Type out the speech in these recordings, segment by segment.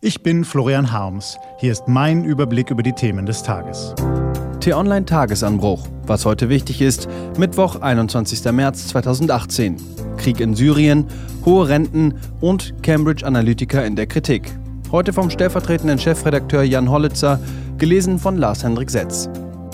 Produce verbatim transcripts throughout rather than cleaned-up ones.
Ich bin Florian Harms. Hier ist mein Überblick über die Themen des Tages. T-Online-Tagesanbruch. Was heute wichtig ist. Mittwoch, einundzwanzigster März zweitausendachtzehn. Krieg in Syrien, hohe Renten und Cambridge Analytica in der Kritik. Heute vom stellvertretenden Chefredakteur Jan Hollitzer, gelesen von Lars-Hendrik Setz.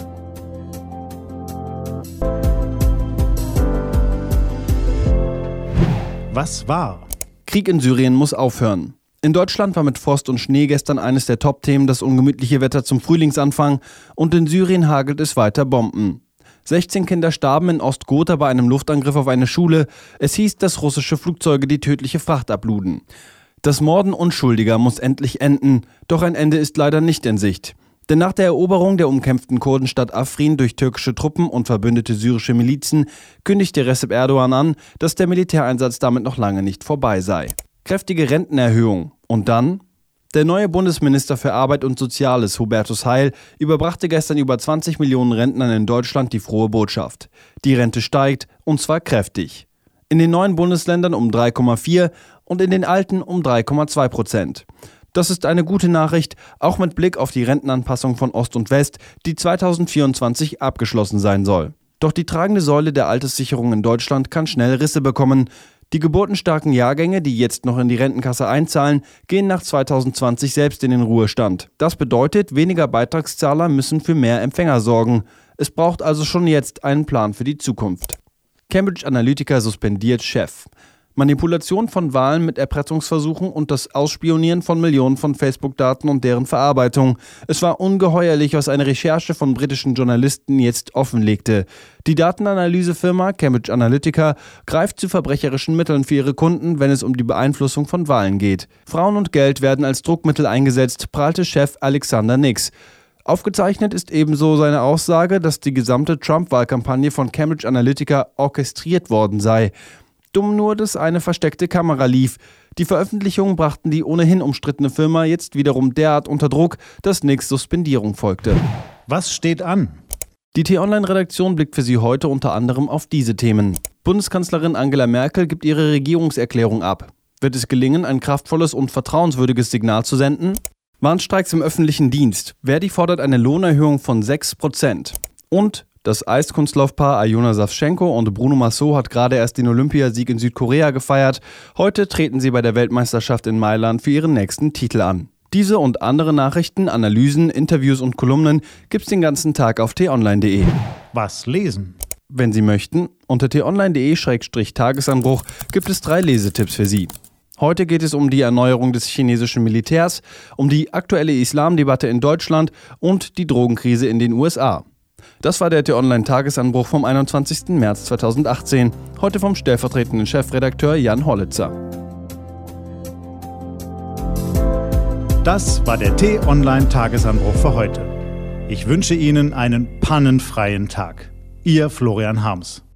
Was war? Krieg in Syrien muss aufhören. In Deutschland war mit Frost und Schnee gestern eines der Top-Themen das ungemütliche Wetter zum Frühlingsanfang und in Syrien hagelt es weiter Bomben. sechzehn Kinder starben in Ostghouta bei einem Luftangriff auf eine Schule. Es hieß, dass russische Flugzeuge die tödliche Fracht abluden. Das Morden Unschuldiger muss endlich enden, doch ein Ende ist leider nicht in Sicht. Denn nach der Eroberung der umkämpften Kurdenstadt Afrin durch türkische Truppen und verbündete syrische Milizen kündigte Recep Erdogan an, dass der Militäreinsatz damit noch lange nicht vorbei sei. Kräftige Rentenerhöhung. Und dann? Der neue Bundesminister für Arbeit und Soziales, Hubertus Heil, überbrachte gestern über zwanzig Millionen Rentnern in Deutschland die frohe Botschaft. Die Rente steigt, und zwar kräftig. In den neuen Bundesländern um drei Komma vier und in den alten um drei Komma zwei Prozent. Das ist eine gute Nachricht, auch mit Blick auf die Rentenanpassung von Ost und West, die zweitausendvierundzwanzig abgeschlossen sein soll. Doch die tragende Säule der Alterssicherung in Deutschland kann schnell Risse bekommen. Die geburtenstarken Jahrgänge, die jetzt noch in die Rentenkasse einzahlen, gehen nach zweitausendzwanzig selbst in den Ruhestand. Das bedeutet, weniger Beitragszahler müssen für mehr Empfänger sorgen. Es braucht also schon jetzt einen Plan für die Zukunft. Cambridge Analytica suspendiert Chef. Manipulation von Wahlen mit Erpressungsversuchen und das Ausspionieren von Millionen von Facebook-Daten und deren Verarbeitung. Es war ungeheuerlich, was eine Recherche von britischen Journalisten jetzt offenlegte. Die Datenanalysefirma Cambridge Analytica greift zu verbrecherischen Mitteln für ihre Kunden, wenn es um die Beeinflussung von Wahlen geht. Frauen und Geld werden als Druckmittel eingesetzt, prahlte Chef Alexander Nix. Aufgezeichnet ist ebenso seine Aussage, dass die gesamte Trump-Wahlkampagne von Cambridge Analytica orchestriert worden sei. Dumm nur, dass eine versteckte Kamera lief. Die Veröffentlichungen brachten die ohnehin umstrittene Firma jetzt wiederum derart unter Druck, dass Nix Suspendierung folgte. Was steht an? Die T-Online-Redaktion blickt für Sie heute unter anderem auf diese Themen. Bundeskanzlerin Angela Merkel gibt ihre Regierungserklärung ab. Wird es gelingen, ein kraftvolles und vertrauenswürdiges Signal zu senden? Warnstreiks im öffentlichen Dienst. Verdi fordert eine Lohnerhöhung von sechs Prozent. Und das Eiskunstlaufpaar Aljona Savchenko und Bruno Massot hat gerade erst den Olympiasieg in Südkorea gefeiert. Heute treten sie bei der Weltmeisterschaft in Mailand für ihren nächsten Titel an. Diese und andere Nachrichten, Analysen, Interviews und Kolumnen gibt's den ganzen Tag auf t online punkt de. Was lesen? Wenn Sie möchten, unter t online punkt de Tagesanbruch gibt es drei Lesetipps für Sie. Heute geht es um die Erneuerung des chinesischen Militärs, um die aktuelle Islamdebatte in Deutschland und die Drogenkrise in den U S A. Das war der T-Online-Tagesanbruch vom einundzwanzigsten März zweitausendachtzehn. Heute vom stellvertretenden Chefredakteur Jan Hollitzer. Das war der T-Online-Tagesanbruch für heute. Ich wünsche Ihnen einen pannenfreien Tag. Ihr Florian Harms.